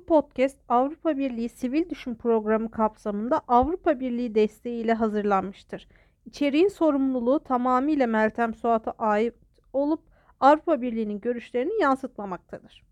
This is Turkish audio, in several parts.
podcast Avrupa Birliği Sivil Düşün Programı kapsamında Avrupa Birliği desteğiyle hazırlanmıştır. İçeriğin sorumluluğu tamamıyla Meltem Suat'a ait olup Avrupa Birliği'nin görüşlerini yansıtmamaktadır.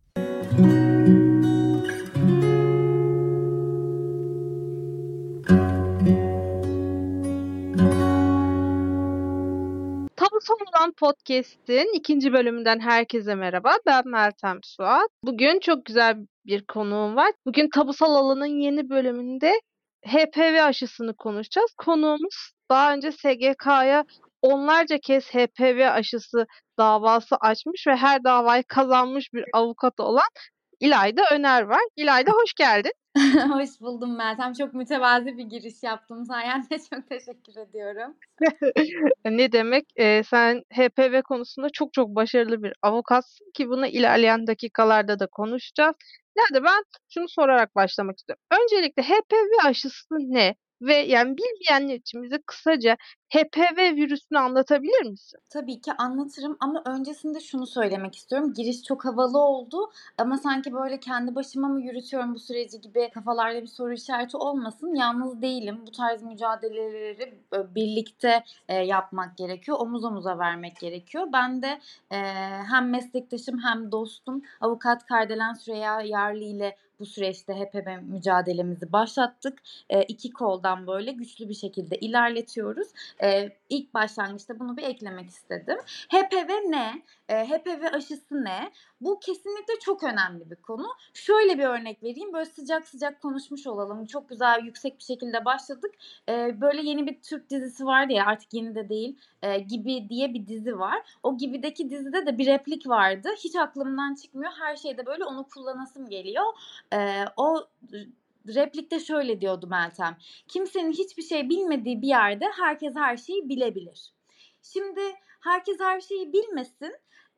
Tabusu olan podcast'in ikinci bölümünden herkese merhaba. Ben Meltem Suat. Bugün çok güzel bir konuğum var. Bugün Tabusal Alan'ın yeni bölümünde HPV aşısını konuşacağız. Konuğumuz daha önce SGK'ya onlarca kez HPV aşısı davası açmış ve her davayı kazanmış bir avukat olan İlayda Öner var. İlayda hoş geldin. Hoş buldum Meltem. Çok mütevazi bir giriş yaptım sayende. Çok teşekkür ediyorum. Ne demek? Sen HPV konusunda çok çok başarılı bir avukatsın ki bunu ilerleyen dakikalarda da konuşacağız. Yani ben şunu sorarak başlamak istiyorum. Öncelikle HPV aşısı ne? Ve yani bilmeyenler için bize kısaca HPV virüsünü anlatabilir misin? Tabii ki anlatırım ama öncesinde şunu söylemek istiyorum. Giriş çok havalı oldu ama sanki böyle kendi başıma mı yürütüyorum bu süreci gibi kafalarda bir soru işareti olmasın. Yalnız değilim. Bu tarz mücadeleleri birlikte yapmak gerekiyor. Omuz omuza vermek gerekiyor. Ben de hem meslektaşım hem dostum avukat Kardelen Süreyya Yarlı ile bu süreçte HPV mücadelemizi başlattık. İki koldan böyle güçlü bir şekilde ilerletiyoruz. İlk başlangıçta bunu bir eklemek istedim. HPV ne? HPV aşısı ne? Bu kesinlikle çok önemli bir konu. Şöyle bir örnek vereyim. Böyle sıcak sıcak konuşmuş olalım. Çok güzel, yüksek bir şekilde başladık. Böyle yeni bir Türk dizisi vardı ya, artık yeni de değil, Gibi diye bir dizi var. O Gibi'deki dizide de bir replik vardı. Hiç aklımdan çıkmıyor. Her şeyde böyle onu kullanasım geliyor. O replikte şöyle diyordu Meltem. Kimsenin hiçbir şey bilmediği bir yerde herkes her şeyi bilebilir. Şimdi herkes her şeyi bilmesin.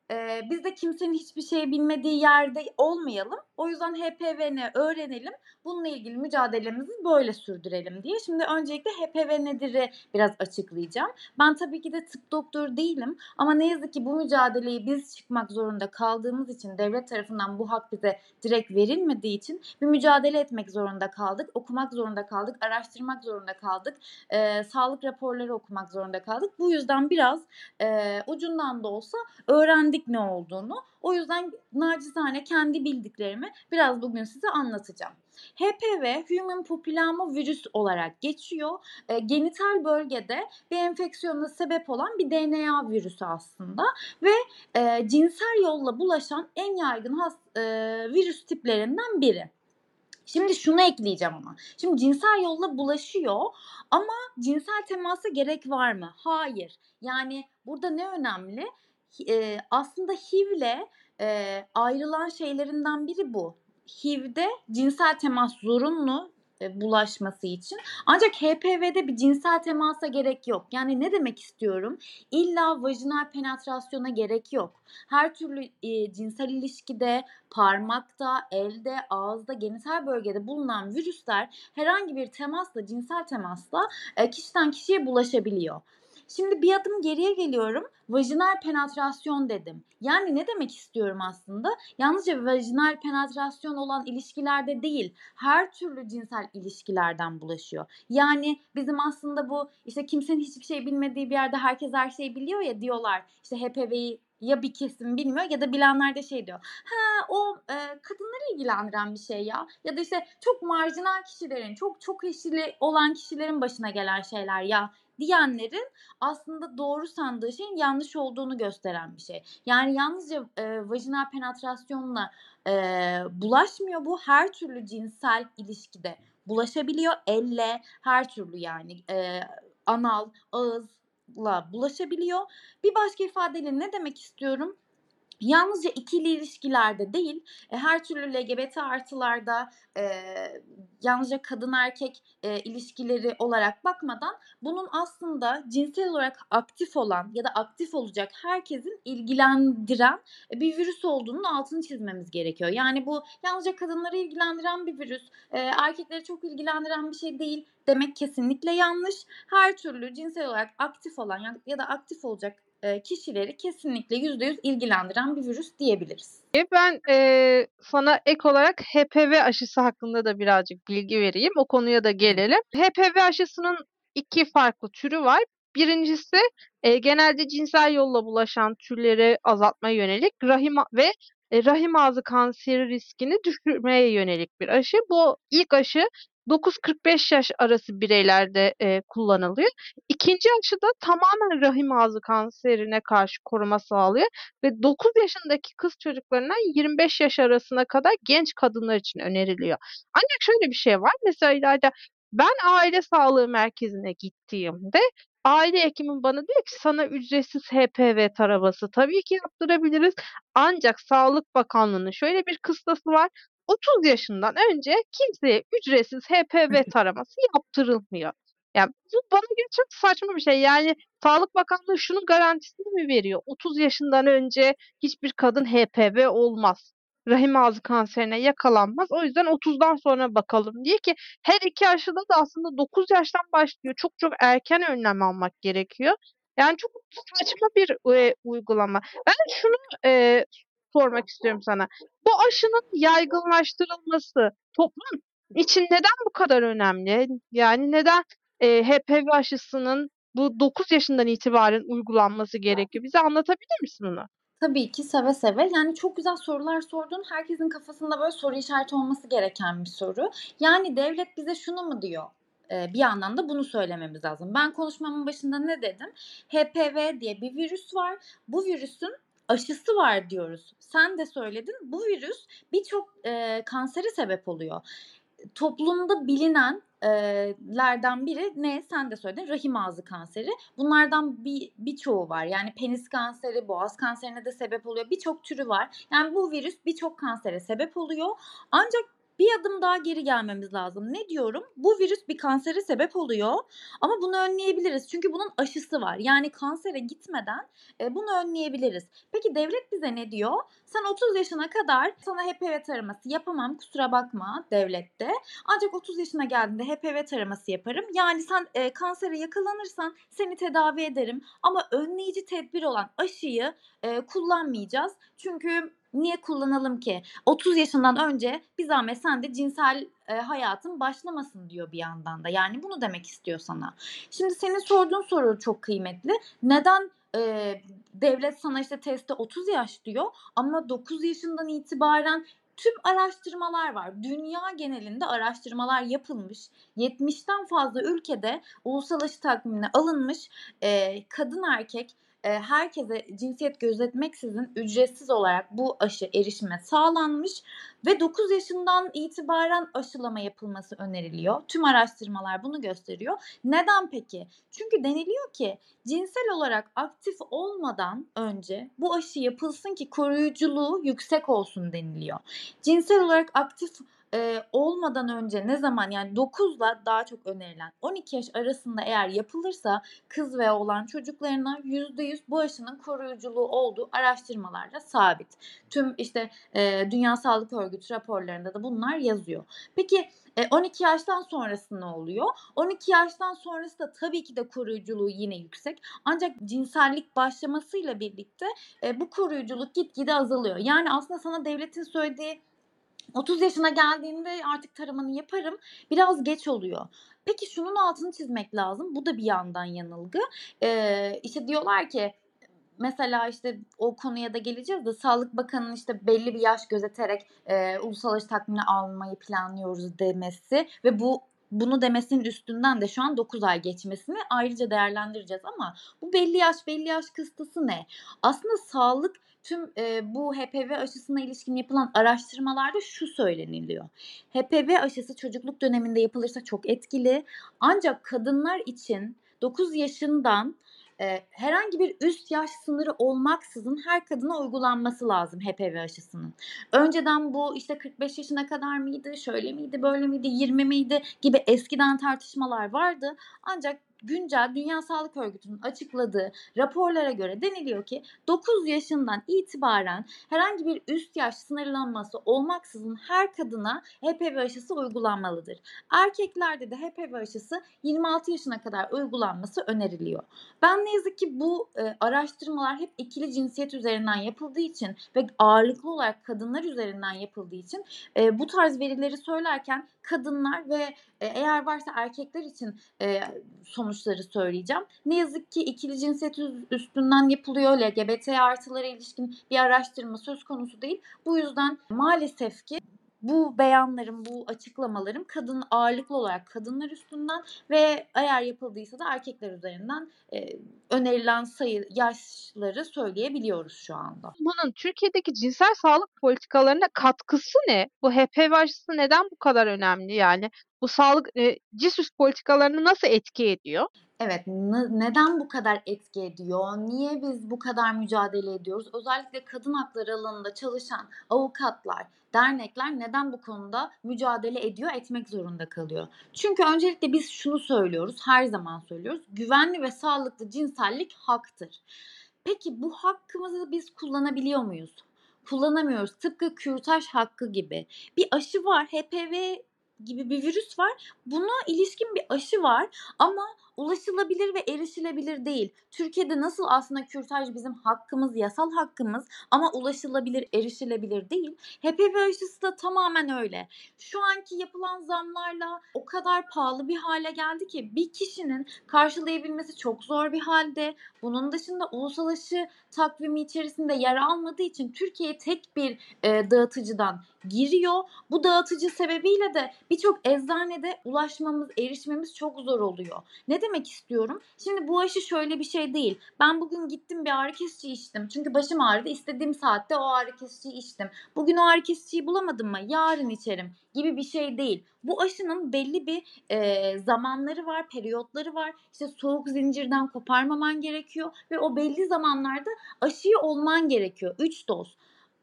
Biz de kimsenin hiçbir şey bilmediği yerde olmayalım. O yüzden HPV'ni öğrenelim. Bununla ilgili mücadelemizi böyle sürdürelim diye. Şimdi öncelikle HPV nedir'i biraz açıklayacağım. Ben tabii ki de tıp doktoru değilim. Ama ne yazık ki bu mücadeleyi biz çıkmak zorunda kaldığımız için, devlet tarafından bu hak bize direkt verilmediği için bir mücadele etmek zorunda kaldık. Okumak zorunda kaldık. Araştırmak zorunda kaldık. Sağlık raporları okumak zorunda kaldık. Bu yüzden biraz ucundan da olsa öğrendik ne olduğunu. O yüzden nacizane kendi bildiklerimi biraz bugün size anlatacağım. HPV Human Papillomavirüs olarak geçiyor. Genital bölgede bir enfeksiyona sebep olan bir DNA virüsü aslında ve cinsel yolla bulaşan en yaygın virüs tiplerinden biri. Şimdi şunu ekleyeceğim ama. Şimdi cinsel yolla bulaşıyor ama cinsel temasa gerek var mı? Hayır. Yani burada ne önemli? Aslında HIV'le ayrılan şeylerinden biri bu. HIV'de cinsel temas zorunlu bulaşması için. Ancak HPV'de bir cinsel temasa gerek yok. Yani ne demek istiyorum? İlla vajinal penetrasyona gerek yok. Her türlü cinsel ilişkide, parmakta, elde, ağızda, genital bölgede bulunan virüsler herhangi bir temasla, cinsel temasla kişiden kişiye bulaşabiliyor. Şimdi bir adım geriye geliyorum. Vajinal penetrasyon dedim. Yani ne demek istiyorum aslında? Yalnızca vajinal penetrasyon olan ilişkilerde değil, her türlü cinsel ilişkilerden bulaşıyor. Yani bizim aslında bu işte kimsenin hiçbir şey bilmediği bir yerde herkes her şeyi biliyor ya diyorlar. İşte HPV'yi ya bir kesim bilmiyor ya da bilenler de şey diyor. O kadınları ilgilendiren bir şey ya. Ya da işte çok marjinal kişilerin, çok eşili olan kişilerin başına gelen şeyler ya diyenlerin aslında doğru sandığı şeyin yanlış olduğunu gösteren bir şey. Yani yalnızca vajinal penetrasyonla bulaşmıyor bu. Her türlü cinsel ilişkide bulaşabiliyor. Elle her türlü yani anal, ağızla bulaşabiliyor. Bir başka ifadeyle ne demek istiyorum? Yalnızca ikili ilişkilerde değil, her türlü LGBT artılarda yalnızca kadın erkek ilişkileri olarak bakmadan bunun aslında cinsel olarak aktif olan ya da aktif olacak herkesin ilgilendiren bir virüs olduğunun altını çizmemiz gerekiyor. Yani bu yalnızca kadınları ilgilendiren bir virüs, erkekleri çok ilgilendiren bir şey değil demek kesinlikle yanlış. Her türlü cinsel olarak aktif olan ya da aktif olacak kişileri kesinlikle %100 ilgilendiren bir virüs diyebiliriz. Ben, sana ek olarak HPV aşısı hakkında da birazcık bilgi vereyim. O konuya da gelelim. HPV aşısının 2 farklı türü var. Birincisi, genelde cinsel yolla bulaşan türleri azaltmaya yönelik rahim ağzı kanseri riskini düşürmeye yönelik bir aşı. Bu ilk aşı 9-45 yaş arası bireylerde, kullanılıyor. İkinci aşı da tamamen rahim ağzı kanserine karşı koruma sağlıyor ve 9 yaşındaki kız çocuklarından 25 yaş arasına kadar genç kadınlar için öneriliyor. Ancak şöyle bir şey var. Mesela İlayda, ben aile sağlığı merkezine gittiğimde aile hekimim bana diyor ki sana ücretsiz HPV taraması tabii ki yaptırabiliriz. Ancak Sağlık Bakanlığı'nın şöyle bir kıstası var. 30 yaşından önce kimseye ücretsiz HPV taraması yaptırılmıyor. Yani bu bana göre çok saçma bir şey. Yani Sağlık Bakanlığı şunun garantisini mi veriyor? 30 yaşından önce hiçbir kadın HPV olmaz. Rahim ağzı kanserine yakalanmaz. O yüzden 30'dan sonra bakalım diye ki her iki aşıda da aslında 9 yaştan başlıyor. Çok çok erken önlem almak gerekiyor. Yani çok saçma bir uygulama. Ben şunu sormak istiyorum sana. Bu aşının yaygınlaştırılması toplum için neden bu kadar önemli? Yani neden HPV aşısının bu 9 yaşından itibaren uygulanması gerekiyor? Bize anlatabilir misin bunu? Tabii ki, seve seve. Yani, çok güzel sorular sordun. Herkesin kafasında böyle soru işareti olması gereken bir soru. Yani, devlet bize şunu mu diyor? Bir yandan da bunu söylememiz lazım. Ben konuşmamın başında ne dedim? HPV diye bir virüs var. Bu virüsün aşısı var diyoruz. Sen de söyledin. Bu virüs birçok, kansere sebep oluyor. Toplumda bilinen lerden biri ne? Sen de söyledin, rahim ağzı kanseri. Bunlardan birçoğu var. Yani penis kanseri, boğaz kanserine de sebep oluyor. Birçok türü var. Yani bu virüs birçok kansere sebep oluyor. Ancak bir adım daha geri gelmemiz lazım. Ne diyorum? Bu virüs bir kansere sebep oluyor ama bunu önleyebiliriz. Çünkü bunun aşısı var. Yani kansere gitmeden bunu önleyebiliriz. Peki devlet bize ne diyor? Sen 30 yaşına kadar sana HPV taraması yapamam, kusura bakma devlette. Ancak 30 yaşına geldiğinde HPV taraması yaparım. Yani sen kansere yakalanırsan seni tedavi ederim. Ama önleyici tedbir olan aşıyı kullanmayacağız. Çünkü niye kullanalım ki? 30 yaşından önce bir zahmet sen de cinsel hayatın başlamasın diyor bir yandan da. Yani bunu demek istiyor sana. Şimdi senin sorduğun soru çok kıymetli. Neden devlet sana işte testte 30 yaş diyor ama 9 yaşından itibaren tüm araştırmalar var. Dünya genelinde araştırmalar yapılmış. 70'ten fazla ülkede ulusal aşı takvimine alınmış. Kadın erkek herkese cinsiyet gözetmeksizin ücretsiz olarak bu aşı erişime sağlanmış ve 9 yaşından itibaren aşılama yapılması öneriliyor. Tüm araştırmalar bunu gösteriyor. Neden peki? Çünkü deniliyor ki cinsel olarak aktif olmadan önce bu aşı yapılsın ki koruyuculuğu yüksek olsun deniliyor. Cinsel olarak aktif olmadan önce ne zaman, yani 9'la daha çok önerilen 12 yaş arasında eğer yapılırsa kız ve oğlan çocuklarına %100 bu aşının koruyuculuğu olduğu araştırmalarla sabit. Tüm işte Dünya Sağlık Örgütü raporlarında da bunlar yazıyor. Peki 12 yaştan sonrası ne oluyor? 12 yaştan sonrası da tabii ki de koruyuculuğu yine yüksek. Ancak cinsellik başlamasıyla birlikte bu koruyuculuk gitgide azalıyor. Yani aslında sana devletin söylediği 30 yaşına geldiğinde artık taramanı yaparım, biraz geç oluyor. Peki şunun altını çizmek lazım. Bu da bir yandan yanılgı. İşte diyorlar ki mesela işte o konuya da geleceğiz de Sağlık Bakanı'nın işte belli bir yaş gözeterek ulusal aşı takvimini almayı planlıyoruz demesi ve bunu demesinin üstünden de şu an 9 ay geçmesini ayrıca değerlendireceğiz ama bu belli yaş kıstası ne? Aslında sağlık tüm bu HPV aşısına ilişkin yapılan araştırmalarda şu söyleniliyor. HPV aşısı çocukluk döneminde yapılırsa çok etkili ancak kadınlar için 9 yaşından herhangi bir üst yaş sınırı olmaksızın her kadına uygulanması lazım HPV aşısının. Önceden bu işte 45 yaşına kadar mıydı, şöyle miydi, böyle miydi, 20 miydi gibi eskiden tartışmalar vardı. Ancak güncel Dünya Sağlık Örgütü'nün açıkladığı raporlara göre deniliyor ki 9 yaşından itibaren herhangi bir üst yaş sınırlanması olmaksızın her kadına HPV aşısı uygulanmalıdır. Erkeklerde de HPV aşısı 26 yaşına kadar uygulanması öneriliyor. Ben ne yazık ki bu araştırmalar hep ikili cinsiyet üzerinden yapıldığı için ve ağırlıklı olarak kadınlar üzerinden yapıldığı için bu tarz verileri söylerken kadınlar ve eğer varsa erkekler için sonuçları söyleyeceğim. Ne yazık ki ikili cinsiyet üstünden yapılıyor. LGBT artılara ilişkin bir araştırma söz konusu değil. Bu yüzden maalesef ki bu beyanlarım, bu açıklamalarım kadın ağırlıklı olarak kadınlar üstünden ve eğer yapıldıysa da erkekler üzerinden önerilen sayı yaşları söyleyebiliyoruz şu anda. Bunun Türkiye'deki cinsel sağlık politikalarına katkısı ne? Bu HPV aşısı neden bu kadar önemli yani? Bu sağlık, CİS politikalarını nasıl etki ediyor? Evet, neden bu kadar etki ediyor? Niye biz bu kadar mücadele ediyoruz? Özellikle kadın hakları alanında çalışan avukatlar, dernekler neden bu konuda mücadele ediyor, etmek zorunda kalıyor? Çünkü öncelikle biz şunu söylüyoruz, her zaman söylüyoruz. Güvenli ve sağlıklı cinsellik haktır. Peki bu hakkımızı biz kullanabiliyor muyuz? Kullanamıyoruz. Tıpkı kürtaj hakkı gibi. Bir aşı var, HPV gibi bir virüs var. Buna ilişkin bir aşı var ama ulaşılabilir ve erişilebilir değil. Türkiye'de nasıl aslında kürtaj bizim hakkımız, yasal hakkımız ama ulaşılabilir, erişilebilir değil. HPV aşısı da tamamen öyle. Şu anki yapılan zamlarla o kadar pahalı bir hale geldi ki bir kişinin karşılayabilmesi çok zor bir halde. Bunun dışında ulusal aşı takvimi içerisinde yer almadığı için Türkiye tek bir dağıtıcıdan giriyor. Bu dağıtıcı sebebiyle de birçok eczanede ulaşmamız, erişmemiz çok zor oluyor. Ne demek istiyorum? Şimdi bu aşı şöyle bir şey değil. Ben bugün gittim bir ağrı kesici içtim. Çünkü başım ağrıdı. İstediğim saatte o ağrı kesiciyi içtim. Bugün o ağrı kesiciyi bulamadım mı? Yarın içerim gibi bir şey değil. Bu aşının belli bir zamanları var, periyotları var. İşte soğuk zincirden koparmaman gerekiyor ve o belli zamanlarda aşıyı olman gerekiyor. 3 doz.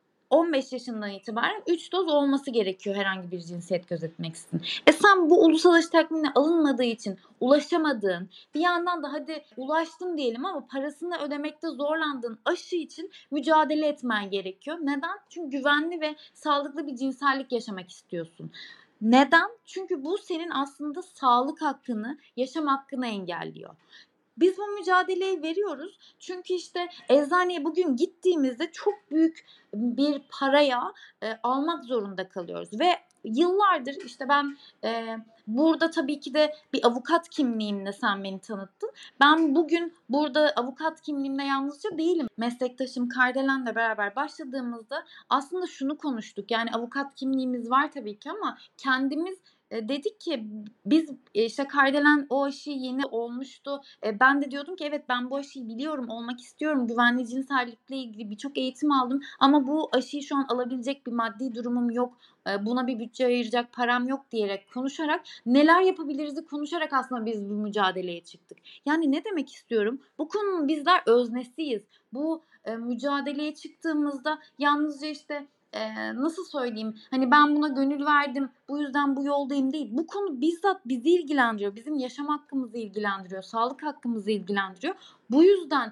15 yaşından itibaren 3 doz olması gerekiyor herhangi bir cinsiyet gözetmeksizin. Sen bu ulusal aşı takvimine alınmadığı için ulaşamadığın, bir yandan da hadi ulaştın diyelim ama parasını ödemekte zorlandığın aşı için mücadele etmen gerekiyor. Neden? Çünkü güvenli ve sağlıklı bir cinsellik yaşamak istiyorsun. Neden? Çünkü bu senin aslında sağlık hakkını, yaşam hakkını engelliyor. Biz bu mücadeleyi veriyoruz. Çünkü işte eczaneye bugün gittiğimizde çok büyük bir paraya almak zorunda kalıyoruz ve yıllardır işte ben burada tabii ki de bir avukat kimliğimle sen beni tanıttın. Ben bugün burada avukat kimliğimle yalnızca değilim. Meslektaşım Kardelen'le beraber başladığımızda aslında şunu konuştuk. Yani avukat kimliğimiz var tabii ki ama kendimiz dedik ki biz işte Kardelen o aşı yeni olmuştu. Ben de diyordum ki evet ben bu aşıyı biliyorum, olmak istiyorum. Güvenli cinsellikle ilgili birçok eğitim aldım ama bu aşıyı şu an alabilecek bir maddi durumum yok. Buna bir bütçe ayıracak param yok diyerek konuşarak neler yapabiliriz'i konuşarak aslında biz bu mücadeleye çıktık. Yani ne demek istiyorum? Bu konunun bizler öznesiyiz. Bu mücadeleye çıktığımızda yalnızca işte nasıl söyleyeyim, hani ben buna gönül verdim, bu yüzden bu yoldayım değil. Bu konu bizzat bizi ilgilendiriyor. Bizim yaşam hakkımızı ilgilendiriyor, sağlık hakkımızı ilgilendiriyor. Bu yüzden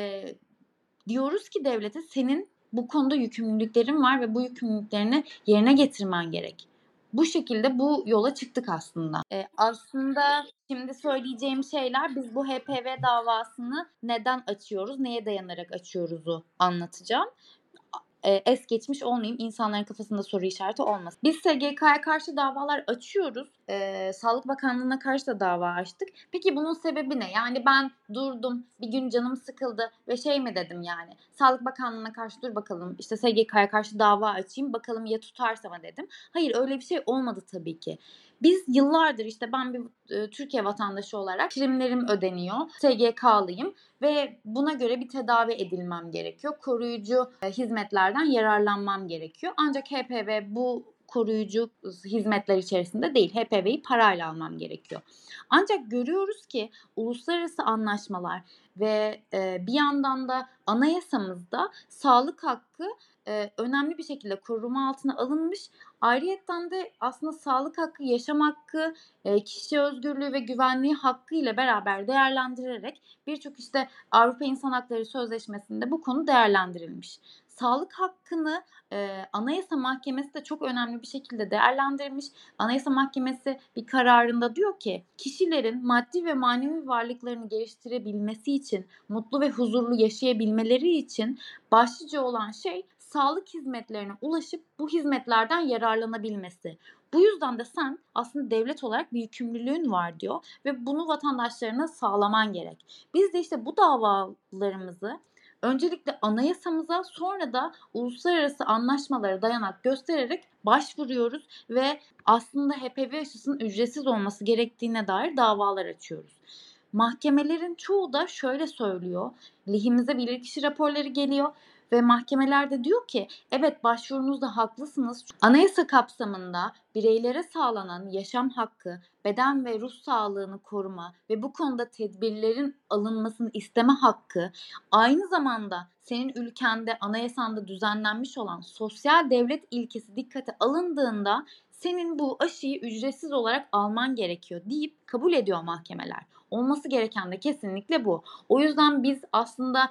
diyoruz ki devlete senin bu konuda yükümlülüklerin var ve bu yükümlülüklerini yerine getirmen gerek. Bu şekilde bu yola çıktık aslında. Aslında şimdi söyleyeceğim şeyler biz bu HPV davasını neden açıyoruz, neye dayanarak açıyoruzu anlatacağım. Es geçmiş olmayayım, insanların kafasında soru işareti olmasın. Biz SGK'ya karşı davalar açıyoruz. Sağlık Bakanlığı'na karşı da dava açtık. Peki bunun sebebi ne? Yani ben durdum, bir gün canım sıkıldı ve şey mi dedim yani? Sağlık Bakanlığı'na karşı dur bakalım, işte SGK'ya karşı dava açayım, bakalım ya tutarsa mı dedim. Hayır, öyle bir şey olmadı tabii ki. Biz yıllardır işte ben bir Türkiye vatandaşı olarak primlerim ödeniyor. SGK'lıyım ve buna göre bir tedavi edilmem gerekiyor. Koruyucu hizmetlerden yararlanmam gerekiyor. Ancak HPV bu koruyucu hizmetler içerisinde değil. HPV'yi parayla almam gerekiyor. Ancak görüyoruz ki uluslararası anlaşmalar ve bir yandan da anayasamızda sağlık hakkı önemli bir şekilde koruma altına alınmış. Ayrıyeten de aslında sağlık hakkı, yaşam hakkı, kişi özgürlüğü ve güvenliği hakkı ile beraber değerlendirerek birçok, işte, Avrupa İnsan Hakları Sözleşmesi'nde bu konu değerlendirilmiş. Sağlık hakkını, Anayasa Mahkemesi de çok önemli bir şekilde değerlendirmiş. Anayasa Mahkemesi bir kararında diyor ki, kişilerin maddi ve manevi varlıklarını geliştirebilmesi için, mutlu ve huzurlu yaşayabilmeleri için başlıca olan şey sağlık hizmetlerine ulaşıp bu hizmetlerden yararlanabilmesi. Bu yüzden de sen aslında devlet olarak bir yükümlülüğün var diyor ve bunu vatandaşlarına sağlaman gerek. Biz de işte bu davalarımızı öncelikle anayasamıza, sonra da uluslararası anlaşmalara dayanak göstererek başvuruyoruz ve aslında HPV aşısının ücretsiz olması gerektiğine dair davalar açıyoruz. Mahkemelerin çoğu da şöyle söylüyor. Lehimize bilirkişi raporları geliyor ve mahkemeler de diyor ki evet, başvurunuzda haklısınız. Anayasa kapsamında bireylere sağlanan yaşam hakkı, beden ve ruh sağlığını koruma ve bu konuda tedbirlerin alınmasını isteme hakkı, aynı zamanda senin ülkende anayasanda düzenlenmiş olan sosyal devlet ilkesi dikkate alındığında senin bu aşıyı ücretsiz olarak alman gerekiyor deyip kabul ediyor mahkemeler. Olması gereken de kesinlikle bu. O yüzden biz aslında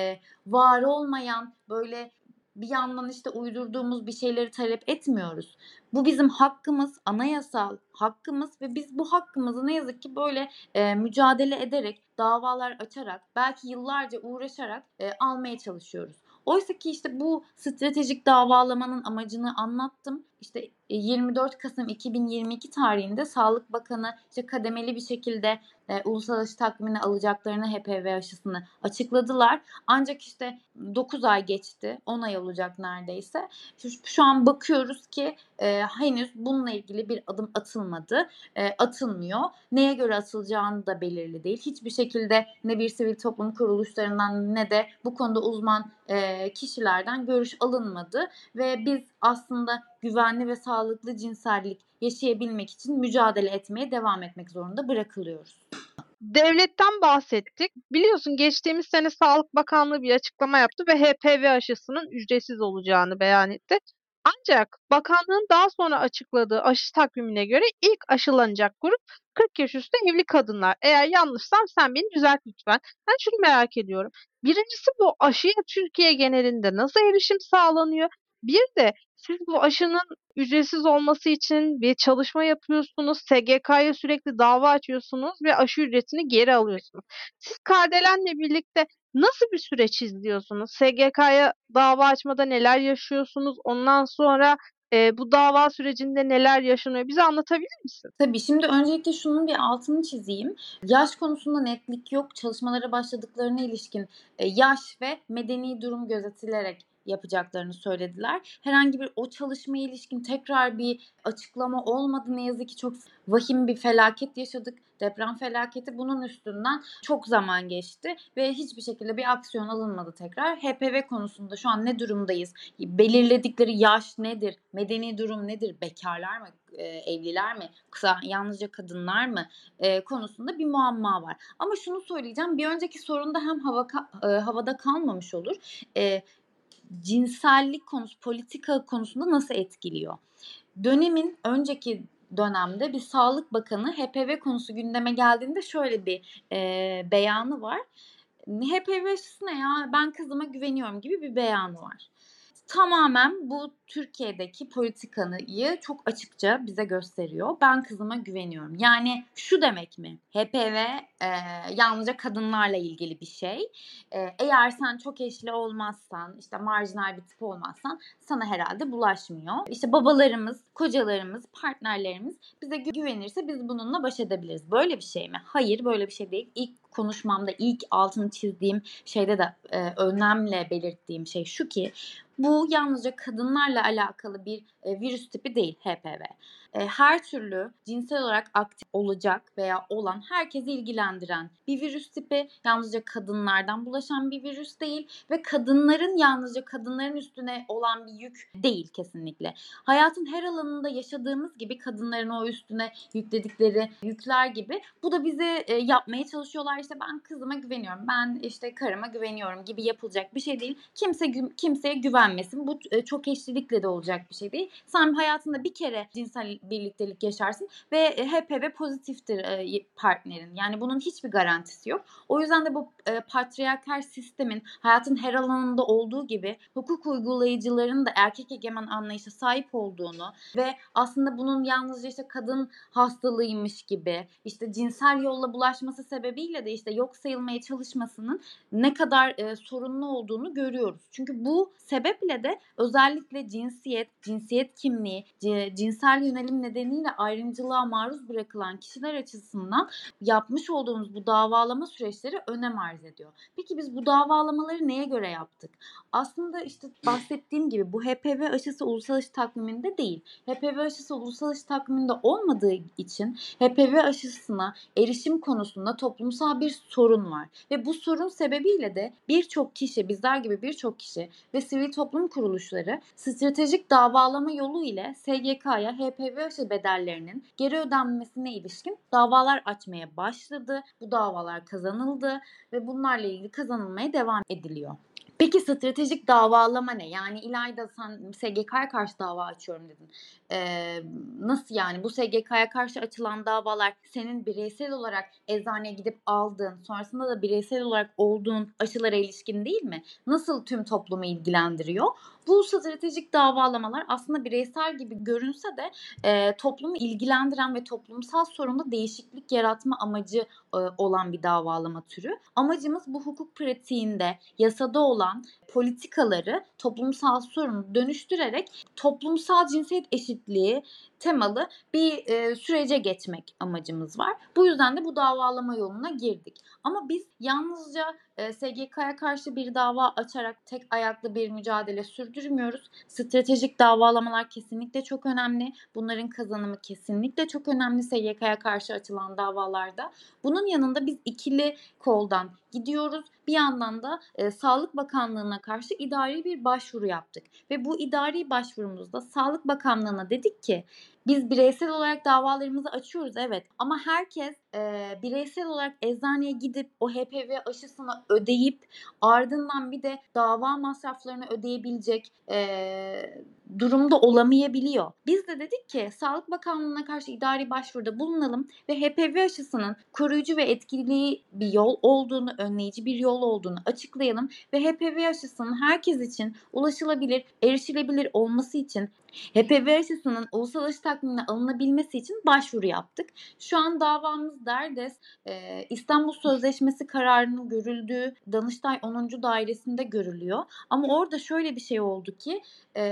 var olmayan, böyle bir yandan işte uydurduğumuz bir şeyleri talep etmiyoruz. Bu bizim hakkımız, anayasal hakkımız ve biz bu hakkımızı ne yazık ki böyle mücadele ederek, davalar açarak, belki yıllarca uğraşarak almaya çalışıyoruz. Oysa ki işte bu stratejik davalamanın amacını anlattım. İşte 24 Kasım 2022 tarihinde Sağlık Bakanı işte kademeli bir şekilde ulusal aşı takvimine alacaklarını, HPV aşısını açıkladılar. Ancak işte 9 ay geçti, 10 ay olacak neredeyse. Şu an bakıyoruz ki henüz bununla ilgili bir adım atılmadı, atılmıyor. Neye göre atılacağını da belirli değil. Hiçbir şekilde ne bir sivil toplum kuruluşlarından ne de bu konuda uzman kişilerden görüş alınmadı ve biz aslında güvenli ve sağlıklı cinsellik yaşayabilmek için mücadele etmeye devam etmek zorunda bırakılıyoruz. Devletten bahsettik. Biliyorsun geçtiğimiz sene Sağlık Bakanlığı bir açıklama yaptı ve HPV aşısının ücretsiz olacağını beyan etti. Ancak bakanlığın daha sonra açıkladığı aşı takvimine göre ilk aşılanacak grup 40 yaş üstü evli kadınlar. Eğer yanlışsam sen beni düzelt lütfen. Ben şunu merak ediyorum. Birincisi, bu aşıya Türkiye genelinde nasıl erişim sağlanıyor? Bir de siz bu aşının ücretsiz olması için bir çalışma yapıyorsunuz. SGK'ya sürekli dava açıyorsunuz ve aşı ücretini geri alıyorsunuz. Siz Kardelen'le birlikte nasıl bir süreç izliyorsunuz? SGK'ya dava açmada neler yaşıyorsunuz? Ondan sonra bu dava sürecinde neler yaşanıyor? Bize anlatabilir misin? Tabii, şimdi öncelikle şunun bir altını çizeyim. Yaş konusunda netlik yok. Çalışmalara başladıklarına ilişkin yaş ve medeni durum gözetilerek yapacaklarını söylediler. Herhangi bir o çalışmaya ilişkin tekrar bir açıklama olmadı. Ne yazık ki çok vahim bir felaket yaşadık. Deprem felaketi. Bunun üstünden çok zaman geçti ve hiçbir şekilde bir aksiyon alınmadı tekrar. HPV konusunda şu an ne durumdayız? Belirledikleri yaş nedir? Medeni durum nedir? Bekarlar mı? Evliler mi? Yalnızca kadınlar mı? Konusunda bir muamma var. Ama şunu söyleyeceğim. Bir önceki sorunda hem havada kalmamış olur. Cinsellik konusu, politika konusunda nasıl etkiliyor? Dönemin önceki dönemde bir Sağlık Bakanı HPV konusu gündeme geldiğinde şöyle bir beyanı var. HPV aşısı ne ya? Ben kızıma güveniyorum gibi bir beyanı var. Tamamen bu Türkiye'deki politikayı çok açıkça bize gösteriyor. Ben kızıma güveniyorum. Yani şu demek mi? HPV yalnızca kadınlarla ilgili bir şey. Eğer sen çok eşli olmazsan, işte marjinal bir tip olmazsan sana herhalde bulaşmıyor. İşte babalarımız, kocalarımız, partnerlerimiz bize güvenirse biz bununla baş edebiliriz. Böyle bir şey mi? Hayır, böyle bir şey değil. İlk konuşmamda, ilk altını çizdiğim şeyde de önemli belirttiğim şey şu ki bu yalnızca kadınlarla alakalı bir virüs tipi değil HPV. her türlü cinsel olarak aktif olacak veya olan herkesi ilgilendiren bir virüs tipi. Yalnızca kadınlardan bulaşan bir virüs değil ve yalnızca kadınların üstüne olan bir yük değil kesinlikle. Hayatın her alanında yaşadığımız gibi kadınların o üstüne yükledikleri yükler gibi bu da bize yapmaya çalışıyorlar. İşte ben kızıma güveniyorum, ben işte karıma güveniyorum gibi yapılacak bir şey değil. Kimseye güvenmesin. Bu çok eşlilikle de olacak bir şey değil. Sen hayatında bir kere cinsel birliktelik yaşarsın ve HPV pozitiftir partnerin. Yani bunun hiçbir garantisi yok. O yüzden de bu patriarkal sistemin hayatın her alanında olduğu gibi hukuk uygulayıcıların da erkek egemen anlayışa sahip olduğunu ve aslında bunun yalnızca işte kadın hastalığıymış gibi işte cinsel yolla bulaşması sebebiyle de işte yok sayılmaya çalışmasının ne kadar sorunlu olduğunu görüyoruz. Çünkü bu sebeple de özellikle cinsiyet kimliği, cinsel yönelim nedeniyle ayrımcılığa maruz bırakılan kişiler açısından yapmış olduğumuz bu davalama süreçleri önem arz ediyor. Peki biz bu davalamaları neye göre yaptık? Aslında işte bahsettiğim gibi bu HPV aşısı ulusal aşı takviminde değil. HPV aşısı ulusal aşı takviminde olmadığı için HPV aşısına erişim konusunda toplumsal bir sorun var. Ve bu sorun sebebiyle de bizler gibi birçok kişi ve sivil toplum kuruluşları stratejik davalama yolu ile SGK'ya HPV aşı bedellerinin geri ödenmesine ilişkin davalar açmaya başladı. Bu davalar kazanıldı ve bunlarla ilgili kazanılmaya devam ediliyor. Peki stratejik davalama ne? Yani İlayda sen SGK'ya karşı dava açıyorum dedin. Nasıl yani? Bu SGK'ya karşı açılan davalar senin bireysel olarak eczaneye gidip aldığın, sonrasında da bireysel olarak olduğun aşılara ilişkin değil mi? Nasıl tüm toplumu ilgilendiriyor? Bu stratejik davalamalar aslında bireysel gibi görünse de toplumu ilgilendiren ve toplumsal sorunda değişiklik yaratma amacı olan bir davalama türü. Amacımız bu hukuk pratiğinde yasada olan politikaları toplumsal sorunu dönüştürerek toplumsal cinsiyet eşitliği temalı bir sürece geçmek amacımız var. Bu yüzden de bu davalama yoluna girdik. Ama biz yalnızca SGK'ya karşı bir dava açarak tek ayaklı bir mücadele sürdürmüyoruz. Stratejik davalamalar kesinlikle çok önemli. Bunların kazanımı kesinlikle çok önemli SGK'ya karşı açılan davalarda. Bunun yanında biz ikili koldan gidiyoruz. Bir yandan da Sağlık Bakanlığı'na karşı idari bir başvuru yaptık. Ve bu idari başvurumuzda Sağlık Bakanlığı'na dedik ki biz bireysel olarak davalarımızı açıyoruz evet ama herkes bireysel olarak eczaneye gidip o HPV aşısını ödeyip ardından bir de dava masraflarını ödeyebilecek durumda olamayabiliyor. Biz de dedik ki Sağlık Bakanlığı'na karşı idari başvuruda bulunalım ve HPV aşısının koruyucu ve etkili bir yol olduğunu, önleyici bir yol olduğunu açıklayalım ve HPV aşısının herkes için ulaşılabilir, erişilebilir olması için HPV aşısının ulusal aşı takvimine alınabilmesi için başvuru yaptık. Şu an davamız derdest. İstanbul Sözleşmesi kararının görüldüğü Danıştay 10. Dairesinde görülüyor. Ama orada şöyle bir şey oldu ki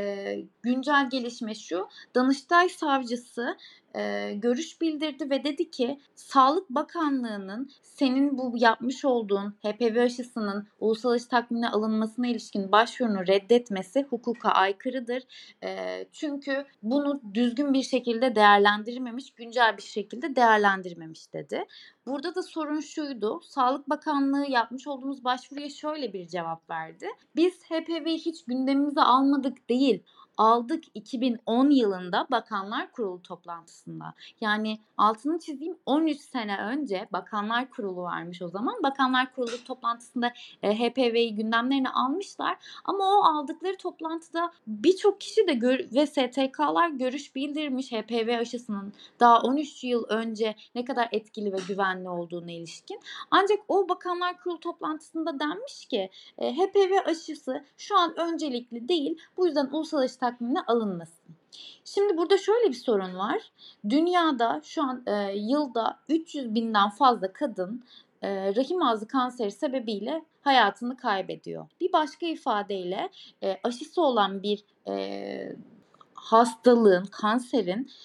güncel gelişme şu. Danıştay savcısı görüş bildirdi ve dedi ki Sağlık Bakanlığı'nın senin bu yapmış olduğun HPV aşısının ulusal aşı takvimine alınmasına ilişkin başvurunu reddetmesi hukuka aykırıdır. Çünkü bunu düzgün bir şekilde değerlendirmemiş, güncel bir şekilde değerlendirmemiş dedi. Burada da sorun şuydu. Sağlık Bakanlığı yapmış olduğumuz başvuruya şöyle bir cevap verdi. Biz HPV'yi hiç gündemimize almadık değil. Aldık 2010 yılında Bakanlar Kurulu toplantısında. Yani altını çizeyim 13 sene önce Bakanlar Kurulu varmış o zaman. Bakanlar Kurulu toplantısında HPV'yi gündemlerine almışlar. Ama o aldıkları toplantıda birçok kişi de ve STK'lar görüş bildirmiş HPV aşısının daha 13 yıl önce ne kadar etkili ve güvenli olduğuna ilişkin. Ancak o Bakanlar Kurulu toplantısında denmiş ki HPV aşısı şu an öncelikli değil. Bu yüzden ulusal aşı takvimine alınmasın. Şimdi burada şöyle bir sorun var. Dünyada şu an yılda 300 binden fazla kadın rahim ağzı kanseri sebebiyle hayatını kaybediyor. Bir başka ifadeyle aşısı olan bir hastalığın, kanserin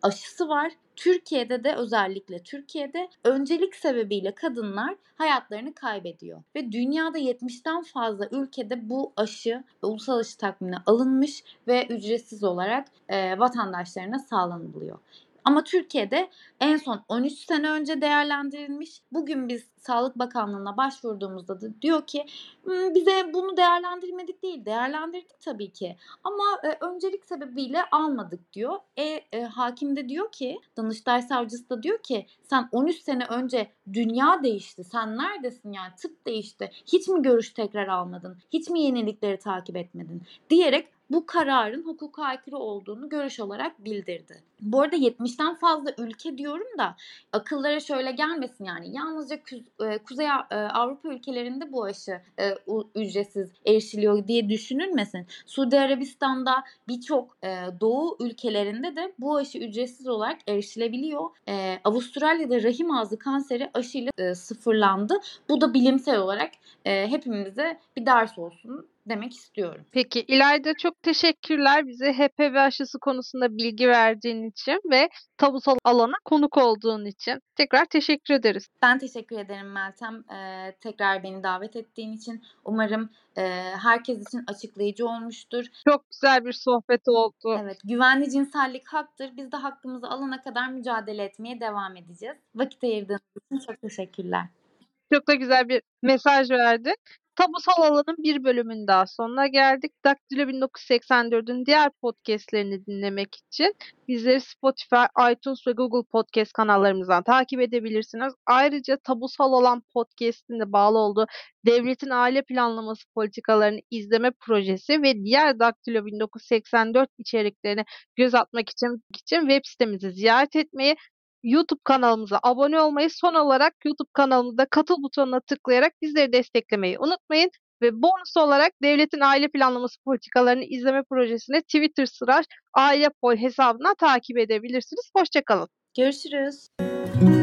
aşısı var. Türkiye'de de özellikle Türkiye'de öncelik sebebiyle kadınlar hayatlarını kaybediyor ve dünyada 70'ten fazla ülkede bu aşı ulusal aşı takvimine alınmış ve ücretsiz olarak vatandaşlarına sağlanılıyor. Ama Türkiye'de en son 13 sene önce değerlendirilmiş. Bugün biz Sağlık Bakanlığı'na başvurduğumuzda da diyor ki bize bunu değerlendirmedik değil, değerlendirdik tabii ki ama öncelik sebebiyle almadık diyor. Hakim de diyor ki, Danıştay savcısı da diyor ki sen 13 sene önce dünya değişti, sen neredesin yani, tıp değişti, hiç mi görüş tekrar almadın, hiç mi yenilikleri takip etmedin diyerek bu kararın hukuka aykırı olduğunu görüş olarak bildirdi. Bu arada 70'ten fazla ülke diyorum da akıllara şöyle gelmesin yani yalnızca Kuzey Avrupa ülkelerinde bu aşı ücretsiz erişiliyor diye düşünülmesin. Suudi Arabistan'da birçok doğu ülkelerinde de bu aşı ücretsiz olarak erişilebiliyor. Avustralya'da rahim ağzı kanseri aşıyla sıfırlandı. Bu da bilimsel olarak hepimize bir ders olsun demek istiyorum. Peki İlayda, çok teşekkürler bize HPV aşısı konusunda bilgi verdiğin için ve tabusal alana konuk olduğun için. Tekrar teşekkür ederiz. Ben teşekkür ederim Meltem. Tekrar beni davet ettiğin için. Umarım herkes için açıklayıcı olmuştur. Çok güzel bir sohbet oldu. Evet, güvenli cinsellik haktır. Biz de hakkımızı alana kadar mücadele etmeye devam edeceğiz. Vakit ayırdığınız için çok teşekkürler. Çok da güzel bir mesaj verdin. Tabusal Alan'ın bir bölümünün daha sonuna geldik. Daktilo 1984'ün diğer podcastlerini dinlemek için bizleri Spotify, iTunes ve Google Podcast kanallarımızdan takip edebilirsiniz. Ayrıca Tabusal Alan podcast'in de bağlı olduğu Devletin Aile Planlaması Politikalarını izleme projesi ve diğer Daktilo 1984 içeriklerine göz atmak için web sitemizi ziyaret etmeyi, YouTube kanalımıza abone olmayı, son olarak YouTube kanalımızda katıl butonuna tıklayarak bizleri desteklemeyi unutmayın. Ve bonus olarak Devletin Aile Planlaması Politikalarını izleme projesini Twitter/AilePol hesabına takip edebilirsiniz. Hoşça kalın. Görüşürüz.